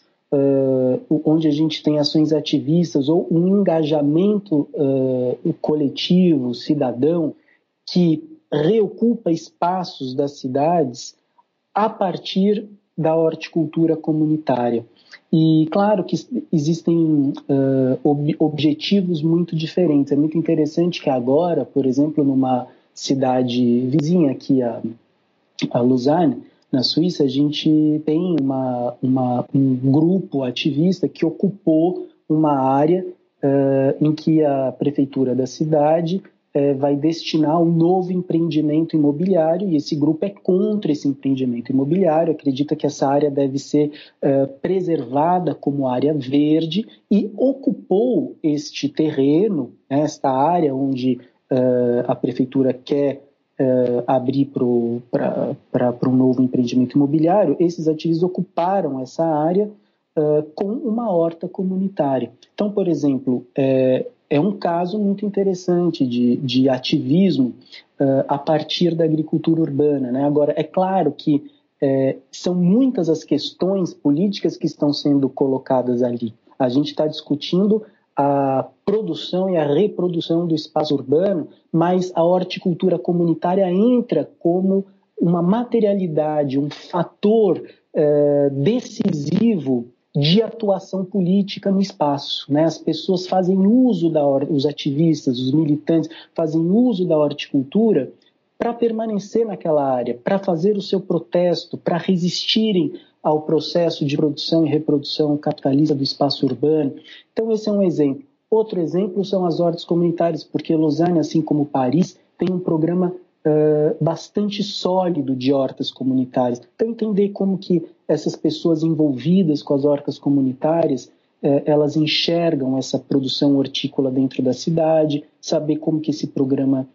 ativistas ou um engajamento coletivo, cidadão, que reocupa espaços das cidades a partir da horticultura comunitária. E claro que existem objetivos muito diferentes. É muito interessante que agora, por exemplo, numa cidade vizinha aqui, a Lausanne, na Suíça, a gente tem um grupo ativista que ocupou uma área em que a prefeitura da cidade vai destinar um novo empreendimento imobiliário, e esse grupo é contra esse empreendimento imobiliário, acredita que essa área deve ser preservada como área verde, e ocupou este terreno, esta área onde a prefeitura quer abrir para um novo empreendimento imobiliário. Esses ativistas ocuparam essa área com uma horta comunitária. Então, por exemplo, é um caso muito interessante de ativismo a partir da agricultura urbana, né? Agora, é claro que são muitas as questões políticas que estão sendo colocadas ali. A gente está discutindo a produção e a reprodução do espaço urbano, mas a horticultura comunitária entra como uma materialidade, um fator decisivo de atuação política no espaço, né? As pessoas fazem uso os ativistas, os militantes fazem uso da horticultura para permanecer naquela área, para fazer o seu protesto, para resistirem ao processo de produção e reprodução capitalista do espaço urbano. Então esse é um exemplo. Outro exemplo são as hortas comunitárias, porque Lausanne, assim como Paris, tem um programa bastante sólido de hortas comunitárias. Então entender como que essas pessoas envolvidas com as hortas comunitárias, elas enxergam essa produção hortícola dentro da cidade, saber como que esse programa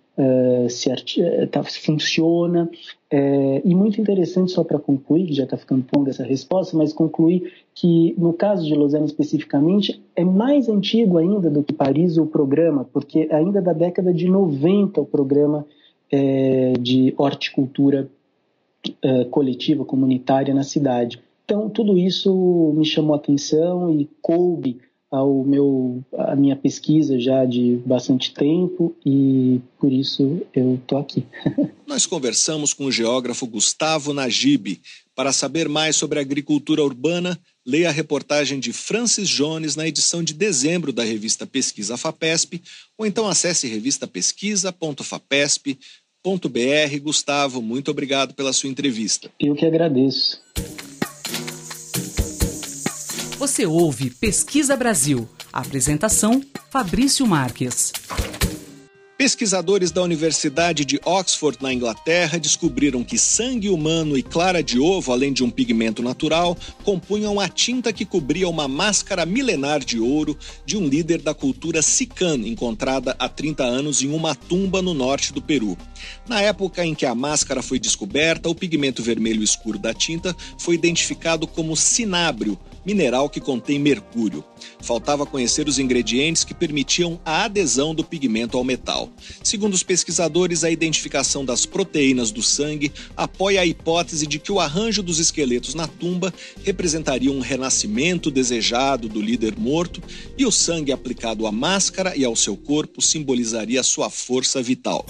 funciona. E muito interessante, só para concluir, que já está ficando longa essa resposta, mas concluir que no caso de Lausanne especificamente, é mais antigo ainda do que Paris o programa, porque ainda da década de 90 o programa de horticultura coletiva, comunitária na cidade. Então, tudo isso me chamou a atenção e coube a minha pesquisa já de bastante tempo, e por isso eu estou aqui. Nós conversamos com o geógrafo Gustavo Najib. Para saber mais sobre a agricultura urbana, leia a reportagem de Francis Jones na edição de dezembro da revista Pesquisa FAPESP, ou então acesse revistapesquisa.fapesp.br. Gustavo, muito obrigado pela sua entrevista. Eu que agradeço. Você ouve Pesquisa Brasil. Apresentação, Fabrício Marques. Pesquisadores da Universidade de Oxford, na Inglaterra, descobriram que sangue humano e clara de ovo, além de um pigmento natural, compunham a tinta que cobria uma máscara milenar de ouro de um líder da cultura Sican, encontrada há 30 anos em uma tumba no norte do Peru. Na época em que a máscara foi descoberta, o pigmento vermelho escuro da tinta foi identificado como cinábrio, mineral que contém mercúrio. Faltava conhecer os ingredientes que permitiam a adesão do pigmento ao metal. Segundo os pesquisadores, a identificação das proteínas do sangue apoia a hipótese de que o arranjo dos esqueletos na tumba representaria um renascimento desejado do líder morto, e o sangue aplicado à máscara e ao seu corpo simbolizaria sua força vital.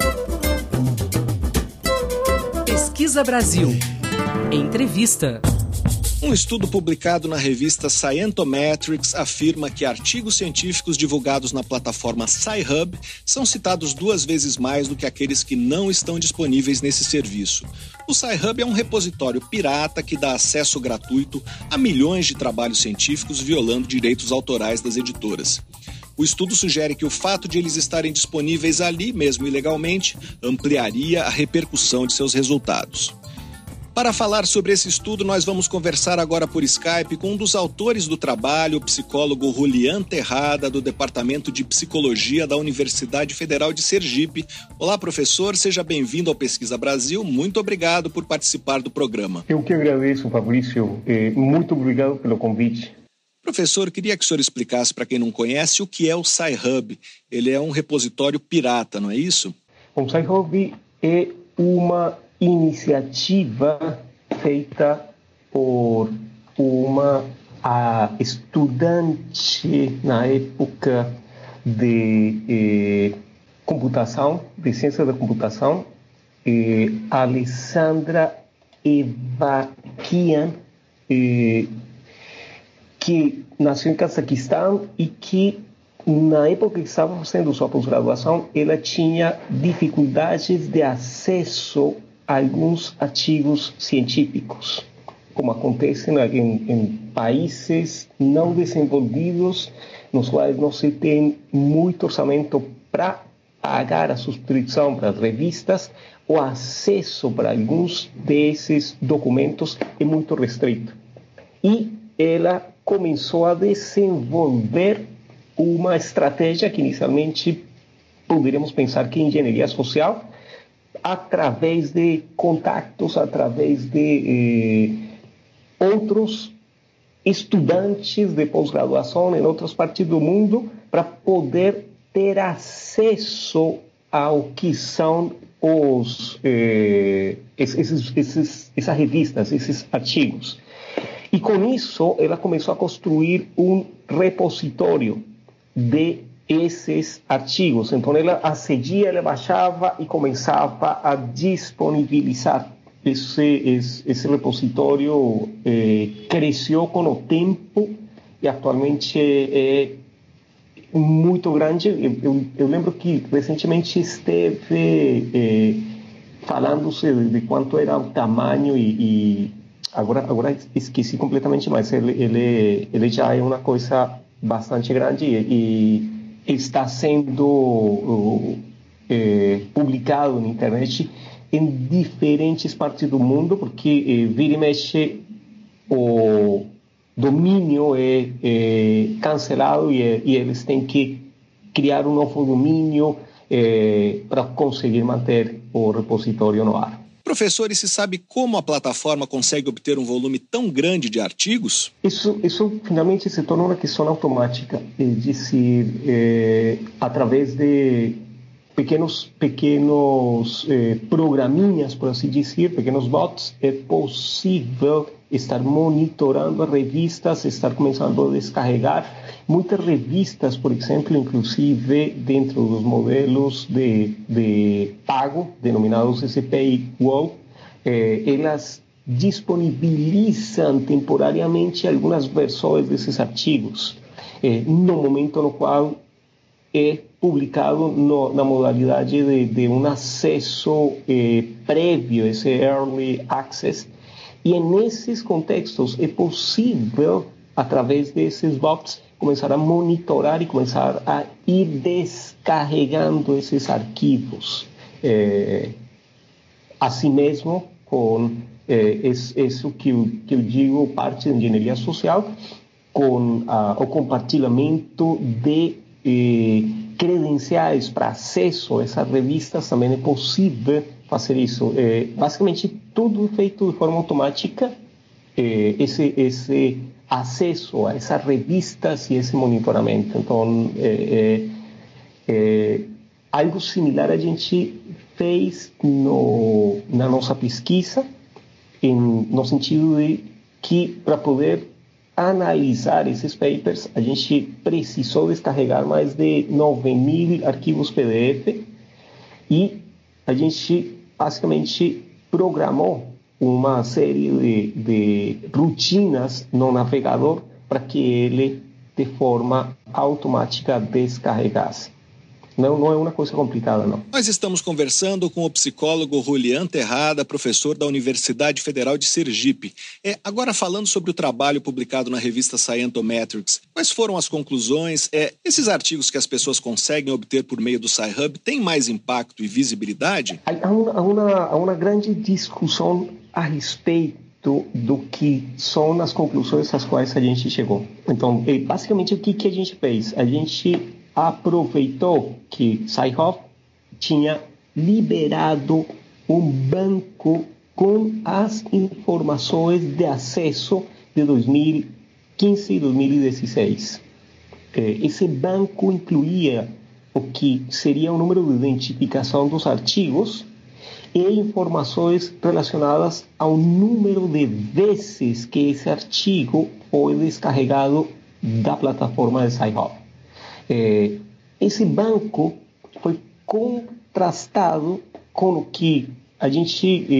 Pesquisa Brasil. Entrevista. Um estudo publicado na revista Scientometrics afirma que artigos científicos divulgados na plataforma Sci-Hub são citados 2 vezes mais do que aqueles que não estão disponíveis nesse serviço. O Sci-Hub é um repositório pirata que dá acesso gratuito a milhões de trabalhos científicos violando direitos autorais das editoras. O estudo sugere que o fato de eles estarem disponíveis ali, mesmo ilegalmente, ampliaria a repercussão de seus resultados. Para falar sobre esse estudo, nós vamos conversar agora por Skype com um dos autores do trabalho, o psicólogo Julián Terrada, do Departamento de Psicologia da Universidade Federal de Sergipe. Olá, professor, seja bem-vindo ao Pesquisa Brasil. Muito obrigado por participar do programa. Eu que agradeço, Fabrício. Muito obrigado pelo convite. Professor, queria que o senhor explicasse para quem não conhece o que é o Sci-Hub. Ele é um repositório pirata, não é isso? O Sci-Hub é uma iniciativa feita por uma estudante na época de computação, de ciência da computação, Alessandra Evakian, que nasceu em Cazaquistão e que, na época que estava fazendo sua pós-graduação, ela tinha dificuldades de acesso a alguns artigos científicos, como acontece em países não desenvolvidos, nos quais não se tem muito orçamento para pagar a subscrição para as revistas. O acesso para alguns desses documentos é muito restrito. E ela começou a desenvolver uma estratégia que inicialmente poderíamos pensar que é engenharia social, através de contatos, através de outros estudantes de pós-graduação em outras partes do mundo, para poder ter acesso ao que são essas revistas, esses artigos. E com isso, ela começou a construir um repositório de esses artigos. Então, ela acedia, ela baixava e começava a disponibilizar. Esse repositório cresceu com o tempo e atualmente é muito grande. Eu lembro que recentemente esteve falando-se de quanto era o tamanho e agora esqueci completamente, mas ele já é uma coisa bastante grande e está sendo publicado na internet em diferentes partes do mundo, porque vira e mexe o domínio é cancelado e eles têm que criar um novo domínio para conseguir manter o repositório no ar. Professor, e se sabe como a plataforma consegue obter um volume tão grande de artigos? Isso finalmente se torna uma questão automática, é dizer, através de pequenos programinhas, por assim dizer, pequenos bots, é possível estar monitorando as revistas, estar começando a descarregar. Muitas revistas, por exemplo, inclusive dentro dos modelos de pago, denominados SPI World, elas disponibilizam temporariamente algumas versões desses artigos, no momento no qual é publicado na modalidade de um acesso prévio, esse Early Access. E nesses contextos é possível, através desses bots, começar a monitorar e começar a ir descarregando esses arquivos. Assim mesmo, com isso que eu digo, parte da engenharia social, com o compartilhamento de credenciais para acesso a essas revistas, também é possível fazer isso. Basicamente, tudo feito de forma automática, esse acesso a essas revistas e esse monitoramento. Então, algo similar a gente fez na nossa pesquisa, no sentido de que, para poder analisar esses papers, a gente precisou descarregar mais de 9.000 arquivos PDF e a gente basicamente programou uma série de rotinas no navegador para que ele, de forma automática, descarregasse. Não é uma coisa complicada, não. Nós estamos conversando com o psicólogo Julián Terrada, professor da Universidade Federal de Sergipe. Agora, falando sobre o trabalho publicado na revista Scientometrics, quais foram as conclusões? Esses artigos que as pessoas conseguem obter por meio do Sci-Hub têm mais impacto e visibilidade? Há uma grande discussão a respeito do que são as conclusões às quais a gente chegou. Então, basicamente, o que a gente fez? A gente aproveitou que Sci-Hub tinha liberado um banco com as informações de acesso de 2015 e 2016. Esse banco incluía o que seria o número de identificação dos artigos e informações relacionadas ao número de vezes que esse artigo foi descarregado da plataforma de Sci-Hub. Esse banco foi contrastado com o que a gente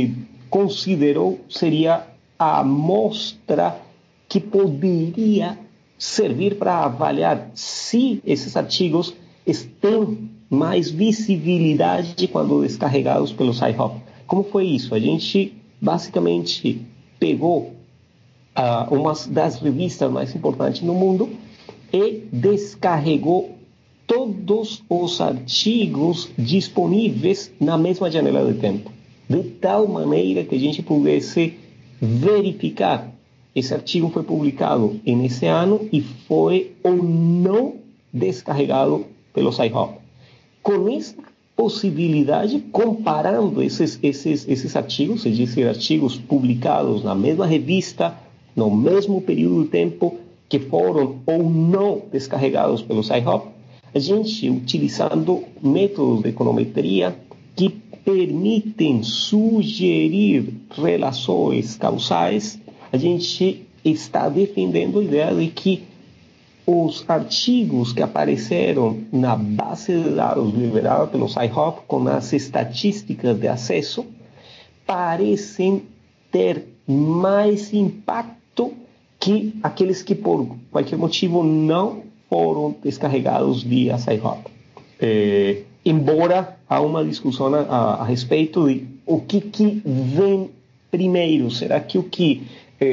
considerou seria a amostra que poderia servir para avaliar se esses artigos têm mais visibilidade quando descarregados pelo Sci-Hub. Como foi isso? A gente basicamente pegou uma das revistas mais importantes no mundo e descarregou todos os artigos disponíveis na mesma janela de tempo, de tal maneira que a gente pudesse verificar esse artigo foi publicado nesse ano e foi ou não descarregado pelo Sci-Hub. Com essa possibilidade, comparando esses artigos, é dizer, artigos publicados na mesma revista, no mesmo período de tempo, que foram ou não descarregados pelo Sci-Hub, a gente, utilizando métodos de econometria que permitem sugerir relações causais, a gente está defendendo a ideia de que os artigos que apareceram na base de dados liberada pelo Sci-Hub com as estatísticas de acesso parecem ter mais impacto que aqueles que por qualquer motivo não foram descarregados via Sci-Hub. Embora há uma discussão a respeito de o que vem primeiro. Será que o que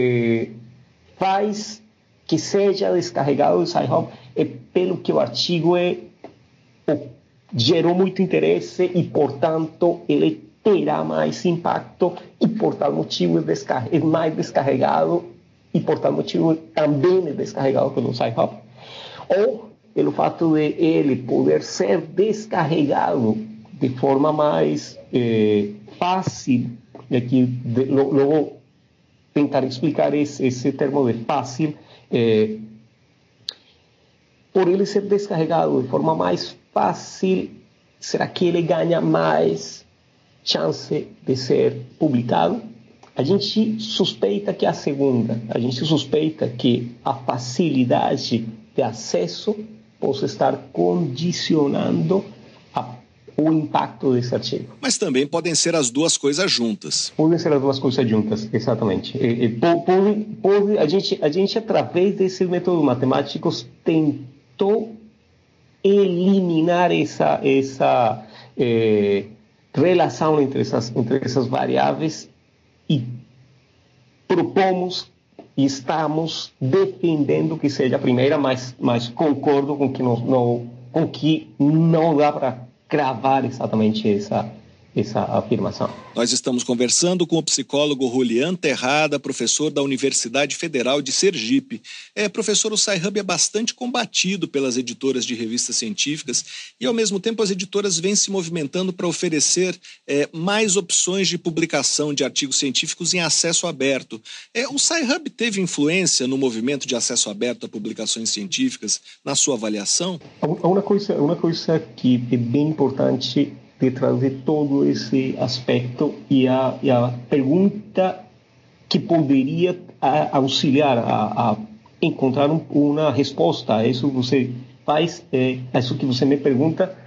faz que seja descarregado do Sci-Hub é pelo que o artigo gerou muito interesse e, portanto, ele terá mais impacto e, por tal motivo, é mais descarregado e, por tal motivo, também é descarregado pelo Sci-Hub? Ou pelo fato de ele poder ser descarregado de forma mais fácil, e aqui logo tentar explicar esse termo de fácil, por ele ser descarregado de forma mais fácil, será que ele ganha mais chance de ser publicado? A gente suspeita que é a segunda. A gente suspeita que a facilidade de acesso possa estar condicionando o impacto desse artigo. Mas também podem ser as duas coisas juntas. Podem ser as duas coisas juntas, exatamente. A gente, através desses métodos matemáticos, tentou eliminar essa relação entre essas variáveis e propomos e estamos defendendo que seja a primeira, mas concordo com que não dá para cravar exatamente essa afirmação. Nós estamos conversando com o psicólogo Julián Terrada, professor da Universidade Federal de Sergipe. Professor, o Sci-Hub é bastante combatido pelas editoras de revistas científicas e, ao mesmo tempo, as editoras vêm se movimentando para oferecer mais opções de publicação de artigos científicos em acesso aberto. O Sci-Hub teve influência no movimento de acesso aberto a publicações científicas, na sua avaliação? Uma coisa que é bem importante de trazer todo esse aspecto e a pergunta que poderia auxiliar a encontrar uma resposta a isso que você faz, a isso que você me pergunta,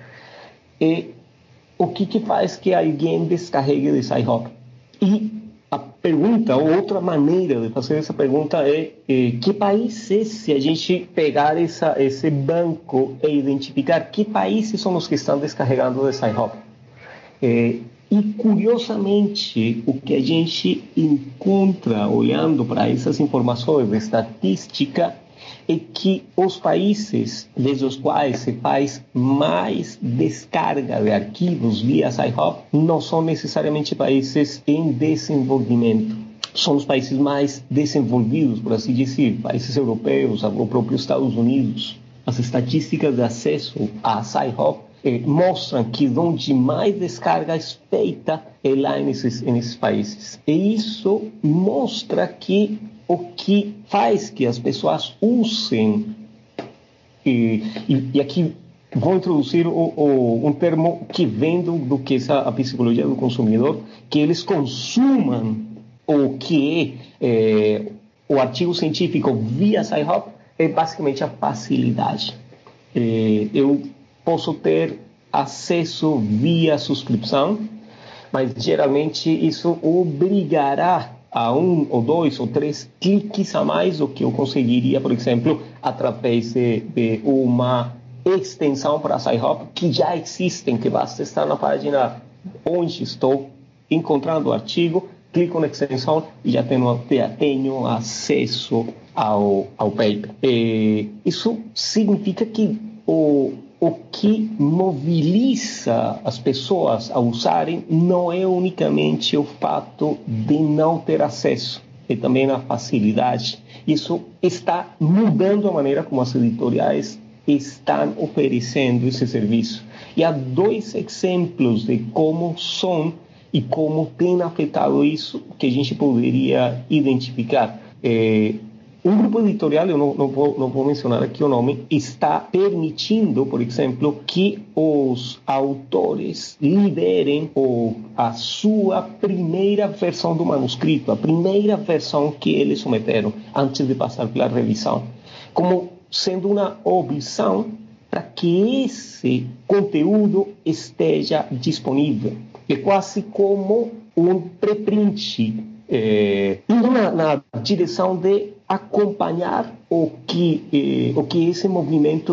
o que faz que alguém descarregue de Sci-Hub? E a pergunta, ou outra maneira de fazer essa pergunta é que países, se a gente pegar esse banco e identificar que países são os que estão descarregando de Sci-Hub? E, curiosamente, o que a gente encontra olhando para essas informações de estatística é que os países desde os quais se faz mais descarga de arquivos via Sci-Hub não são necessariamente países em desenvolvimento. São os países mais desenvolvidos, por assim dizer, países europeus, o próprio Estados Unidos. As estatísticas de acesso a Sci-Hub mostram que onde mais descarga é feita é lá nesses países. E isso mostra que o que faz que as pessoas usem, e aqui vou introduzir um termo que vem do que é a psicologia do consumidor, que eles consumam o que é o artigo científico via Sci-Hub, é basicamente a facilidade. Eu posso ter acesso via subscrição, mas geralmente isso obrigará a 1 ou 2 ou 3 cliques a mais do que eu conseguiria, por exemplo, através de uma extensão para Sci-Hub que já existem, que basta estar na página onde estou encontrando o artigo, clico na extensão e já tenho acesso ao paper. Isso significa que o que mobiliza as pessoas a usarem não é unicamente o fato de não ter acesso, é também a facilidade. Isso está mudando a maneira como as editoriais estão oferecendo esse serviço. E há 2 exemplos de como são e como tem afetado isso que a gente poderia identificar. Um grupo editorial, eu não vou mencionar aqui o nome, está permitindo, por exemplo, que os autores liberem a sua primeira versão do manuscrito, a primeira versão que eles submeteram antes de passar pela revisão, como sendo uma opção para que esse conteúdo esteja disponível. É quase como um preprint, indo na direção de acompanhar o que esse movimento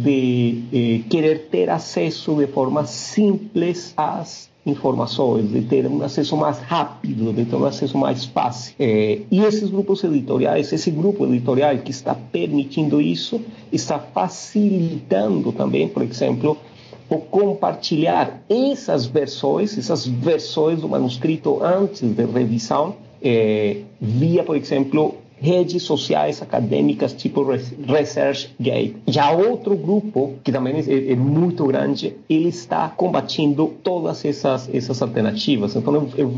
de querer ter acesso de forma simples às informações, de ter um acesso mais rápido, de ter um acesso mais fácil. E esses grupos editoriais, esse grupo editorial que está permitindo isso, está facilitando também, por exemplo, o compartilhar essas versões do manuscrito antes de revisão, via, por exemplo, redes sociais acadêmicas tipo ResearchGate. Já outro grupo, que também é muito grande, ele está combatendo todas essas alternativas. Então, eu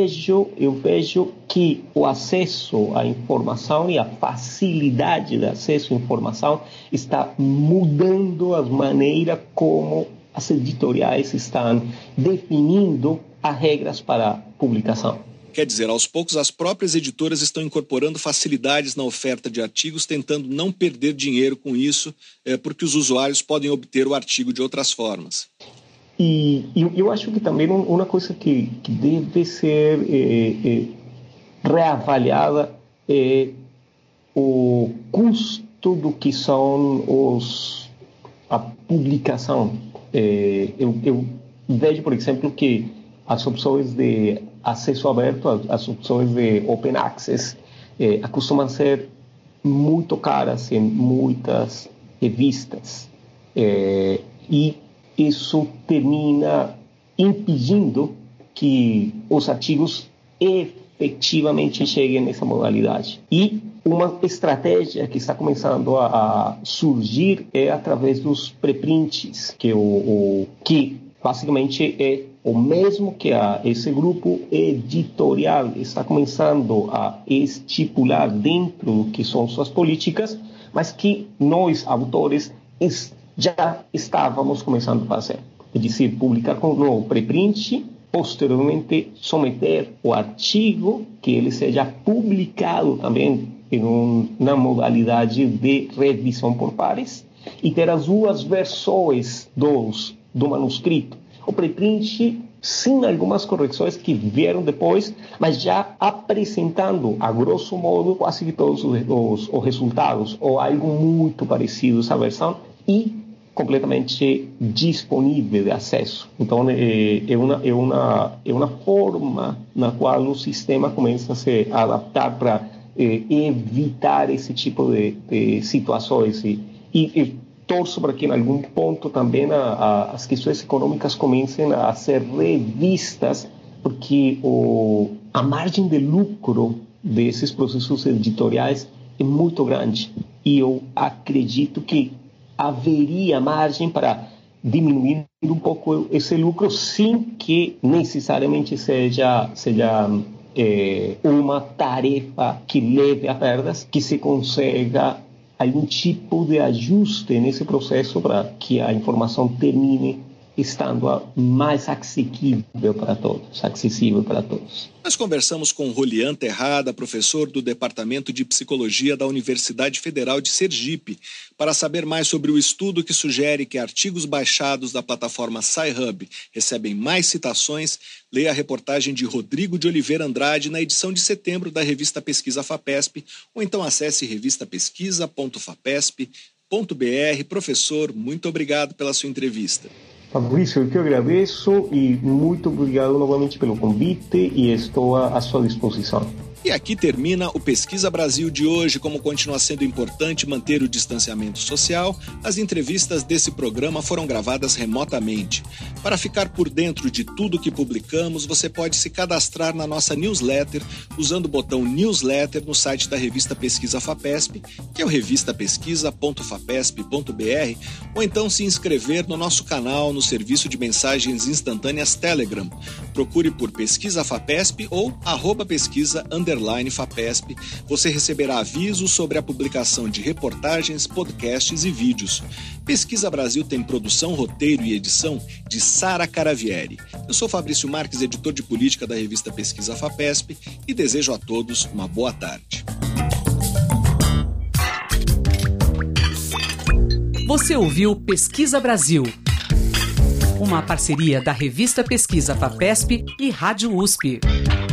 vejo que o acesso à informação e a facilidade de acesso à informação está mudando a maneira como as editoriais estão definindo as regras para publicação. Quer dizer, aos poucos as próprias editoras estão incorporando facilidades na oferta de artigos, tentando não perder dinheiro com isso, porque os usuários podem obter o artigo de outras formas. E eu acho que também uma coisa que deve ser reavaliada é o custo do que são a publicação. Eu vejo, por exemplo, que as opções de acesso aberto, as opções de open access, costumam ser muito caras em muitas revistas. E isso termina impedindo que os artigos efetivamente cheguem nessa modalidade. E uma estratégia que está começando a surgir é através dos preprints, que basicamente é o mesmo que esse grupo editorial está começando a estipular dentro do que são suas políticas, mas que nós, autores, já estávamos começando a fazer. É dizer, publicar com o preprint, posteriormente submeter o artigo, que ele seja publicado também na modalidade de revisão por pares, e ter as 2 versões do manuscrito. O preprint, sim, algumas correções que vieram depois, mas já apresentando, a grosso modo, quase que todos os resultados, ou algo muito parecido a essa versão, e completamente disponível de acesso. Então, é uma forma na qual o sistema começa a se adaptar para evitar esse tipo de situações. E torço para que em algum ponto também as questões econômicas comecem a ser revistas, porque a margem de lucro desses processos editoriais é muito grande. E eu acredito que haveria margem para diminuir um pouco esse lucro, sem que necessariamente seja uma tarefa que leve a perdas, que se consiga algum tipo de ajuste nesse processo para que a informação termine estando mais acessível para todos. Nós conversamos com Rolian Terrada, professor do Departamento de Psicologia da Universidade Federal de Sergipe, para saber mais sobre o estudo que sugere que artigos baixados da plataforma Sci-Hub recebem mais citações. Leia a reportagem de Rodrigo de Oliveira Andrade na edição de setembro da revista Pesquisa FAPESP, ou então acesse revistapesquisa.fapesp.br. Professor, muito obrigado pela sua entrevista. Fabrício, eu que agradeço e muito obrigado novamente pelo convite e estou à sua disposição. E aqui termina o Pesquisa Brasil de hoje. Como continua sendo importante manter o distanciamento social, as entrevistas desse programa foram gravadas remotamente. Para ficar por dentro de tudo que publicamos, você pode se cadastrar na nossa newsletter usando o botão Newsletter no site da revista Pesquisa FAPESP, que é o revistapesquisa.fapesp.br, ou então se inscrever no nosso canal no serviço de mensagens instantâneas Telegram. Procure por Pesquisa FAPESP ou @pesquisa_FAPESP. Você receberá avisos sobre a publicação de reportagens, podcasts e vídeos. Pesquisa Brasil tem produção, roteiro e edição de Sara Caravieri. Eu sou Fabrício Marques, editor de política da revista Pesquisa FAPESP, e desejo a todos uma boa tarde. Você ouviu Pesquisa Brasil, uma parceria da revista Pesquisa FAPESP e Rádio USP.